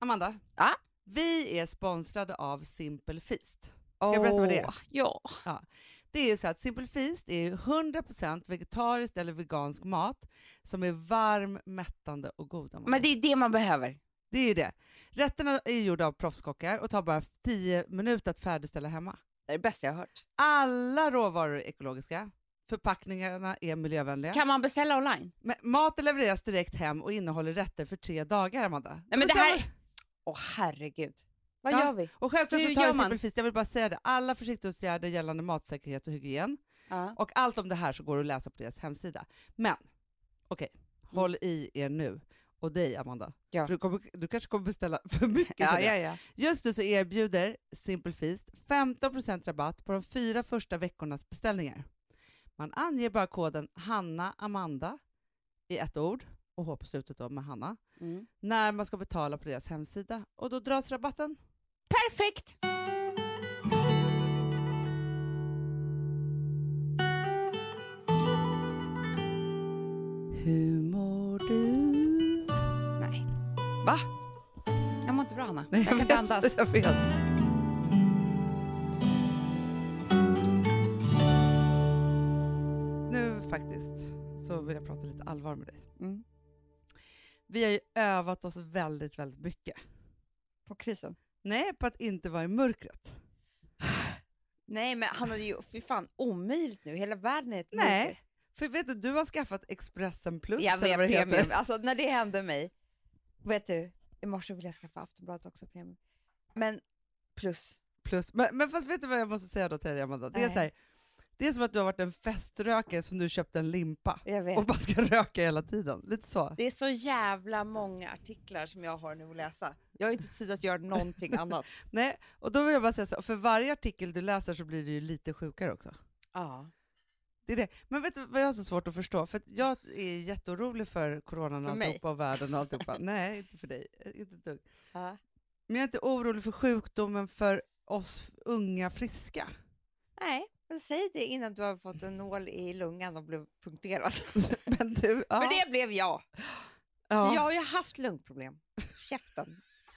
Amanda, Ja? vi är sponsrade av Simple Feast. Ska jag berätta vad det är? Ja. Det är ju så att Simple Feast är ju 100% vegetariskt eller vegansk mat som är varm, mättande och god. Amanda. Men det är det man behöver. Det är ju det. Rätterna är gjorda av proffskockar och tar bara 10 minuter att färdigställa hemma. Det är det bästa jag har hört. Alla råvaror är ekologiska. Förpackningarna är miljövänliga. Kan man beställa online? Men maten levereras direkt hem och innehåller rätter för 3 dagar, Amanda. Nej men det här... herregud. Vad gör vi? Och självklart Hur så tar gör jag man? Simple Feast. Jag vill bara säga det. Alla försiktighetsåtgärder gällande matsäkerhet och hygien. Ja. Och allt om det här så går att läsa på deras hemsida. Men, okej. Håll i er nu. Och dig, Amanda. Ja. För du kanske kommer beställa för mycket. Ja. Just nu så erbjuder Simple Feast 15% rabatt på de 4 första veckornas beställningar. Man anger bara koden Hanna Amanda i ett ord och H på slutet då med Hanna när man ska betala på deras hemsida. Och då dras rabatten. Perfekt! Hur mår du? Nej. Va? Jag mår inte bra, Hanna. Nej, jag kan inte andas. Jag vet. Nu faktiskt så vill jag prata lite allvar med dig. Vi har ju övat oss väldigt, väldigt mycket. På krisen? Nej, på att inte vara i mörkret. Nej, men Hanna, det är ju för fan omöjligt nu. Hela världen är ett Nej, mörker. för vet du har skaffat Expressen Plus. Jag vet, eller vad det premium. heter. Alltså när det hände mig, vet du, i morse vill jag skaffa Aftonbladet också premium. Men plus. Men fast vet du vad jag måste säga då till dig, Amanda? Det är så här, det är som att du har varit en feströkare som du köpte en limpa. Jag vet. Och bara ska röka hela tiden. Lite så. Det är så jävla många artiklar som jag har nu att läsa. Jag har inte tid att göra någonting annat. Nej, och då vill jag bara säga så. För varje artikel du läser så blir du ju lite sjukare också. Ja. Det är det. Men vet du vad jag har så svårt att förstå? För att jag är jätteorolig för coronan och alltihopa och världen och alltihopa. Nej, inte för dig. Inte ett dugg. Ja. Men jag är inte orolig för sjukdomen för oss unga friska. Nej, men säg det innan du har fått en nål i lungan och blev punkterad. Men du, ja. För det blev jag. Ja. Så jag har ju haft lungproblem. Käften.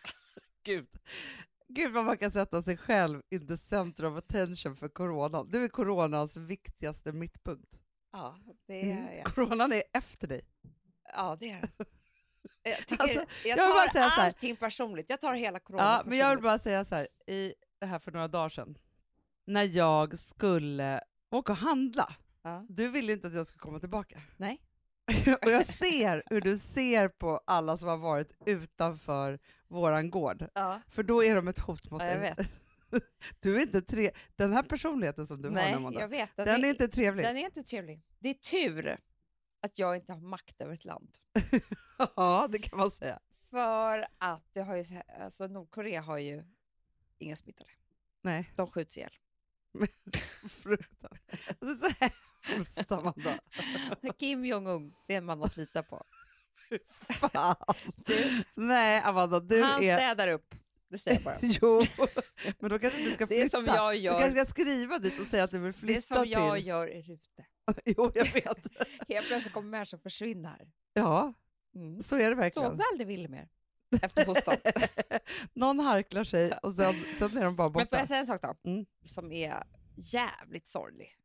Gud vad man kan sätta sig själv in the center of attention för coronan. Du är coronans viktigaste mittpunkt. Ja, det är jag. Coronan är efter dig. Ja, det är det. Jag tycker, Alltså, jag jag vill bara tar säga så här. allting personligt. Jag tar hela corona Ja, personligt. men jag vill bara säga så här, i det här för några dagar sedan, när jag skulle åka och handla. Ja. Du ville inte att jag skulle komma tillbaka. Nej. Och jag ser hur du ser på alla som har varit utanför våran gård. Ja. För då är de ett hot mot Ja, dig. jag vet. Du är inte den här personligheten som du har nu, Nej, Amanda. jag vet. Den är inte trevlig. Den är inte trevlig. Det är tur att jag inte har makt över ett land. Ja, det kan man säga. För att det har ju, alltså Nordkorea har ju inga smittade. Nej, De skjuts ihjäl. fruktansvärt. Det är så hemskt, Amanda. Kim Jong-Un, det är en man att lita på. Fan. Nej, Amanda, du Han är... städar upp. Det säger jag bara. Jo, men då kanske du ska flytta. Det är som jag gör. Du kanske ska skriva dit och säga att du vill flytta Det är som jag till... gör i Rute. Jo, jag vet. Helt plötsligt kommer människor försvinna här. Ja, så är det verkligen. Såg väl det ville mer efter hostan. Någon harklar sig och sen är de bara borta. Men får jag säga en sak då? Mm. Som är jävligt sorglig.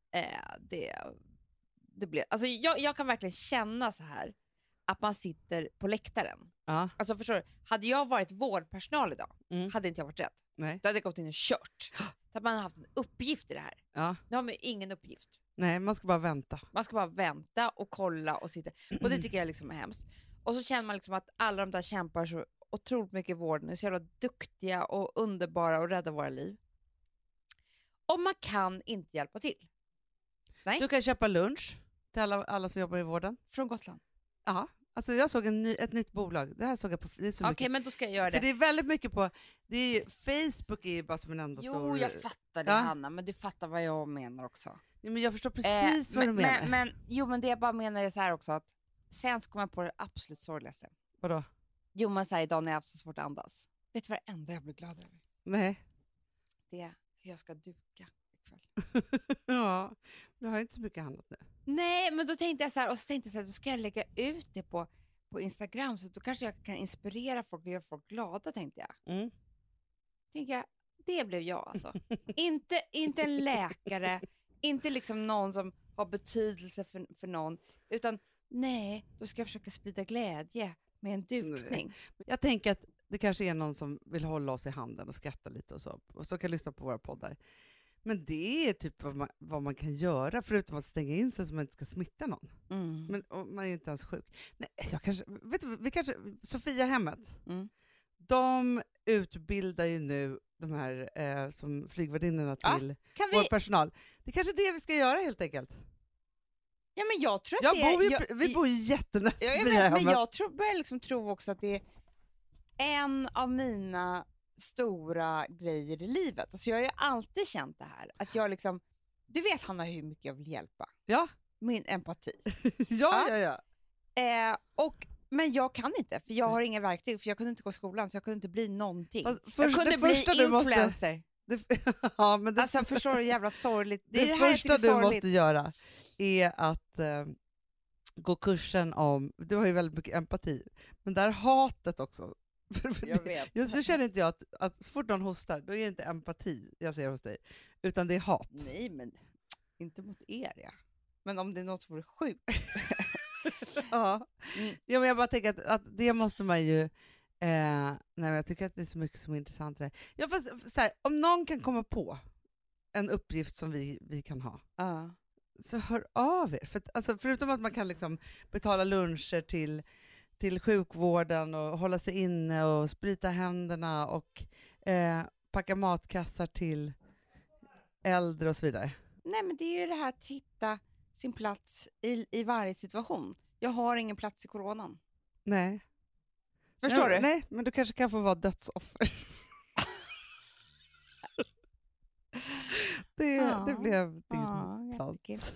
Det blev, alltså jag kan verkligen känna så här att man sitter på läktaren. Ja. Alltså förstår du, hade jag varit vårdpersonal idag hade inte jag varit rädd. Nej. Då hade jag gått in och kört. Så att man har haft en uppgift i det här. Ja. Nu har man ju ingen uppgift. Nej, man ska bara vänta. Man ska bara vänta och kolla och sitta. Och det tycker jag liksom är hemskt. Och så känner man liksom att alla de där kämpar så otroligt mycket i vården. Är så jävla duktiga och underbara och rädda våra liv. Och man kan inte hjälpa till. Nej. Du kan köpa lunch till alla som jobbar i vården. Från Gotland. Ja, alltså jag såg ett nytt bolag. Det här såg jag på... Okej, men då ska jag göra det. För det är väldigt mycket på... Det är ju, Facebook är ju bara som en enda Jo, stor... jag fattar det, Ja. Hanna. Men du fattar vad jag menar också. Nej, men jag förstår precis vad du menar. Men det jag bara menar är så här också. Att sen så kommer jag på det absolut sorgligaste. Vadå? Jo, man säger idag när jag har haft så svårt att andas. Vet du vad det enda jag blir glad över? Nej. Det är hur jag ska duka ikväll. Ja, du har inte så mycket annat nu. Nej, men då tänkte jag så här, och så tänkte jag så här, då ska jag lägga ut det på på Instagram, så då kanske jag kan inspirera folk och göra folk glada, tänkte jag. Tänkte jag, det blev jag alltså. inte en läkare, inte liksom någon som har betydelse för någon, utan nej, då ska jag försöka sprida glädje med en dukning. Jag tänker att det kanske är någon som vill hålla oss i handen och skratta lite och så kan lyssna på våra poddar. Men det är typ vad man kan göra, förutom att stänga in sig så man inte ska smitta någon. Men man är ju inte ens sjuk. Nej, Sofiahemmet, de utbildar ju nu de här som flygvärdinnorna till vår personal. Det är kanske det vi ska göra helt enkelt. Ja, men jag tror att vi bor ju jättenära men jag börjar liksom tro också att det är en av mina stora grejer i livet. Alltså jag har ju alltid känt det här. Att jag liksom, du vet Hanna hur mycket jag vill hjälpa. Ja. Min empati. Ja. Men jag kan inte, för jag har inga verktyg. För jag kunde inte gå i skolan, så jag kunde inte bli någonting. Jag kunde bli influencer. Men alltså förstår du, jävla sorgligt. Det första du måste göra är att gå kursen om, du har ju väldigt mycket empati, men där hatet också. Jag vet. Just nu känner inte jag att så fort någon hostar, då är det inte empati jag ser hos dig, utan det är hat. Nej, men inte mot er, ja. Men om det är något som vore sjukt. Ja, men jag bara tänker att det måste man ju jag tycker att det är så mycket som är intressant där. Ja, fast, så här, om någon kan komma på en uppgift som vi kan ha, så hör av er. För alltså, förutom att man kan liksom betala luncher till sjukvården och hålla sig inne och sprita händerna och packa matkassar till äldre och så vidare. Nej, men det är ju det här att hitta sin plats i varje situation. Jag har ingen plats i coronan. Nej. Förstår du? Nej, men du kanske kan få vara dödsoffer. Det blev din plats.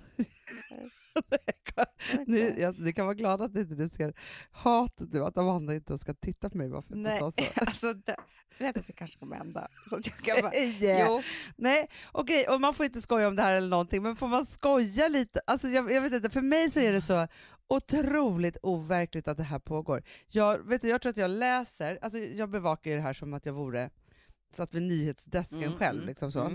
Ni kan vara glada att ni ser hatet nu, att Amanda inte ska titta på mig bara för att du sa så. Alltså, du vet att det kanske kommer hända. Så att jag kan bara, jo. Nej, okej, och man får inte skoja om det här eller någonting, men får man skoja lite? Alltså jag vet inte, för mig så är det så otroligt overkligt att det här pågår. Jag tror att jag läser, alltså jag bevakar ju det här som att jag vore så att vi nyhetsdesken själv liksom så.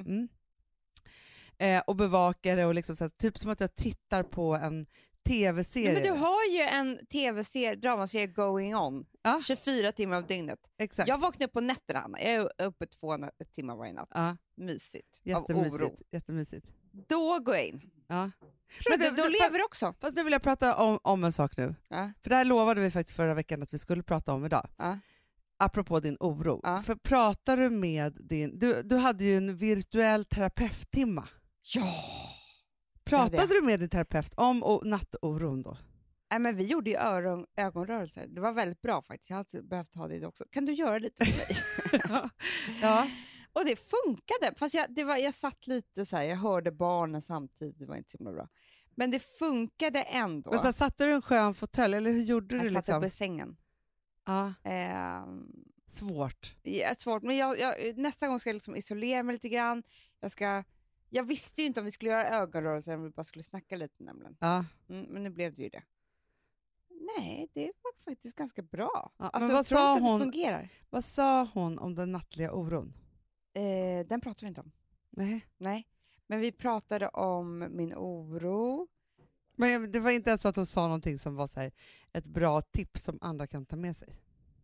Och bevakar det och liksom så här, typ som att jag tittar på en tv-serie. Men du har ju en tv-serie, dramaserie going on. 24 timmar av dygnet. Exakt. Jag vaknar upp på nätterna, Anna. Jag är uppe 2 timmar varje natt. Mysigt. Jättemysigt. Av oro. Jättemysigt. Då går jag in. Ja. Men då lever du också. Fast nu vill jag prata om en sak nu. För det här lovade vi faktiskt förra veckan att vi skulle prata om idag. Apropå din oro. För pratar du med du hade ju en virtuell terapeuttimma. Ja! Pratade du med din terapeut om nattoron då? Nej, men vi gjorde ju ögonrörelser. Det var väldigt bra faktiskt. Jag hade alltså behövt ha det också. Kan du göra lite för mig? Ja. Och det funkade. Fast jag satt lite så här, jag hörde barnen samtidigt. Det var inte så himla bra. Men det funkade ändå. Men så satte du en skön fåtölj, eller hur gjorde du? Jag satt uppe i sängen. Ja. Svårt. Ja, svårt. Men jag nästa gång ska jag liksom isolera mig lite grann. Jag visste ju inte om vi skulle göra ögonrörelser, om vi bara skulle snacka lite nämligen. Men nu blev det ju det. Nej, det var faktiskt ganska bra. Alltså, men vad sa hon? Det fungerar. Vad sa hon om den nattliga oron? Den pratade vi inte om. Nej. Men vi pratade om min oro. Men det var inte ens så att hon sa någonting som var så här, ett bra tips som andra kan ta med sig?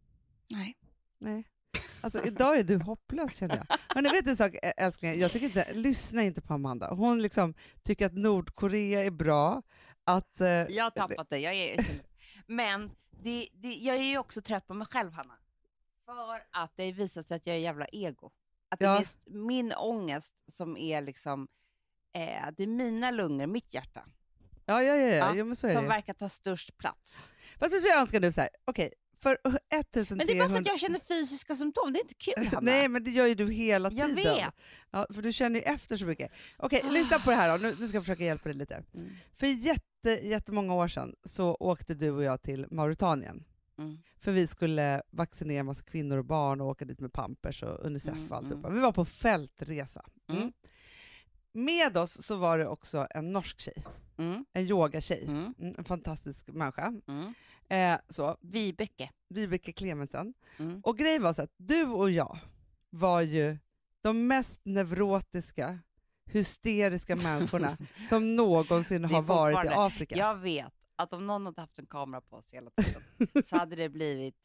Nej. Alltså idag är du hopplös, känner jag. Men ni vet en sak, älskling, jag tycker inte, lyssna inte på Amanda. Hon liksom tycker att Nordkorea är bra. Att, jag har tappat det, jag erkänner. Men jag är ju också trött på mig själv, Hanna. För att det har visat sig att jag är jävla ego. Att det är min ångest som är liksom, det är mina lungor, mitt hjärta. Ja, men så är som det. Verkar ta störst plats. Fast jag önskar nu så här, okej. För 1300... Men det är bara för att jag känner fysiska symptom. Det är inte kul, Hanna. Nej, men det gör ju du hela tiden. Jag vet. Ja, för du känner ju efter så mycket. Okej, lyssna på det här då. Nu ska jag försöka hjälpa dig lite. För jättemånga år sedan så åkte du och jag till Mauritanien. För vi skulle vaccinera en massa kvinnor och barn och åka dit med Pampers och Unicef och alltihopa. Vi var på fältresa. med oss så var det också en norsk tjej. En yogatjej. En fantastisk människa. Så. Vibeke Clemensen. Och grejen var så att du och jag var ju de mest neurotiska, hysteriska människorna som någonsin har varit i Afrika. Jag vet att om någon hade haft en kamera på oss hela tiden så hade det blivit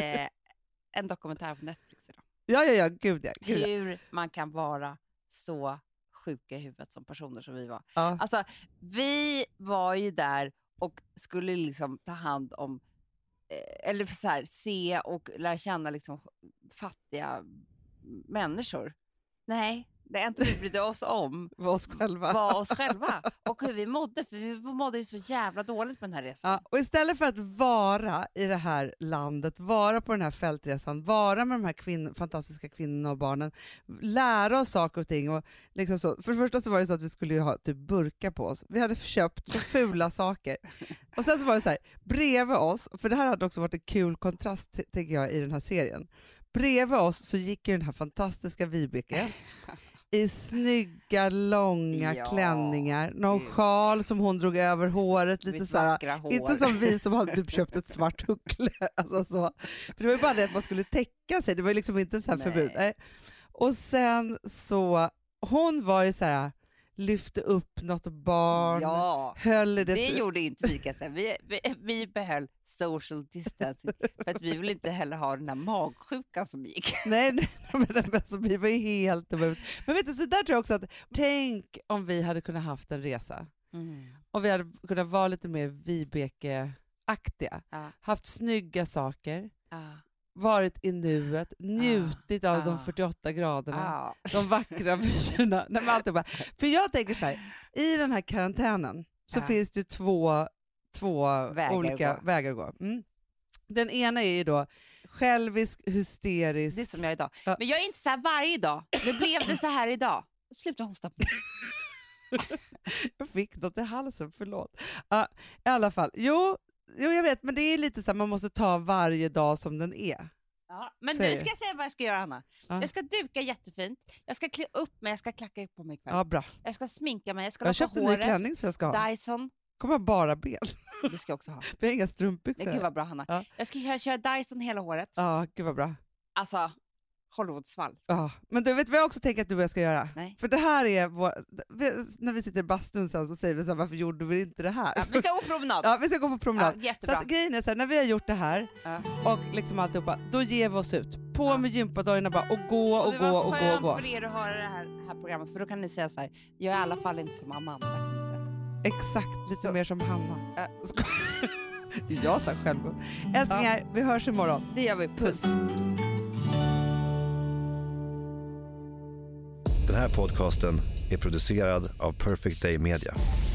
en dokumentär på Netflix idag. Ja, gud. Hur man kan vara så sjuka i huvudet som personer som vi var. Ja. Alltså, vi var ju där och skulle liksom ta hand om eller så här, se och lära känna liksom fattiga människor. Nej, det är inte vi brydde oss om var oss själva. Och hur vi mådde, för vi mådde ju så jävla dåligt på den här resan. Ja, och istället för att vara i det här landet, vara på den här fältresan, vara med de här fantastiska kvinnorna och barnen, lära oss saker och ting. Och liksom så. För det första så var det så att vi skulle ju ha typ burkar på oss. Vi hade köpt så fula saker. Och sen så var det så här, bredvid oss, för det här hade också varit en kul kontrast tänker jag i den här serien. Bredvid oss så gick ju den här fantastiska Vibeke i snygga, långa klänningar. Någon sjal som hon drog över håret. Lite så här, inte som vi som hade typ köpt ett svart huckle. Alltså så. För det var ju bara det att man skulle täcka sig. Det var ju liksom inte så här förbud. Nej. Och sen så, hon var ju så här, lyfte upp något barn, höll det gjorde inte vi kan säga. Vi behöll social distancing för att vi vill inte heller ha den där magsjukan som gick. Nej, men alltså, vi var ju helt... Men vet du, så där tror jag också att tänk om vi hade kunnat haft en resa och vi hade kunnat vara lite mer Vibeke-aktiga, haft snygga saker, varit i nuet, njutit av de 48 graderna, de vackra vyerna. För jag tänker så här, i den här karantänen så finns det två olika vägar att gå. Den ena är ju då självisk, hysterisk. Det är som jag är idag. Men jag är inte så här varje dag. Nu blev det så här idag. Sluta hosta på. Jag fick något i halsen, förlåt. I alla fall, Jo, jag vet, men det är lite så här, man måste ta varje dag som den är. Ja, men nu ska jag säga vad jag ska göra, Hanna. Jag ska duka jättefint. Jag ska klä upp mig, jag ska klacka upp på mig ikväll. Ja, bra. Jag ska sminka mig, jag ska jag köpte en ny klänning som jag ska ha. Dyson. Kommer bara ben. Det ska jag också ha. Vi har inga strumpbyxor. Gud vad bra, Hanna. Ja. Jag ska köra Dyson hela håret. Ja, gud vad bra. Alltså, Hollywoodsvall. Ja, men du vet vad jag också tänker att du och jag ska göra? Nej. För det här är när vi sitter i bastun sen så säger vi så här, varför gjorde vi inte det här? Ja, vi ska gå på promenad. Ja, vi ska gå på promenad. Ja, jättebra. Så att grejen är så här, när vi har gjort det här och liksom alltihopa, då ger vi oss ut. På med gympadojorna bara och gå och gå och gå. Det var skönt för er att höra det här programmet, för då kan ni säga så här, jag är i alla fall inte som Amanda, kan ni säga. Exakt, lite mer som Hanna. Jag sa själv. Älsklingar, vi hörs imorgon. Det gör vi. Puss. Den här podcasten är producerad av Perfect Day Media.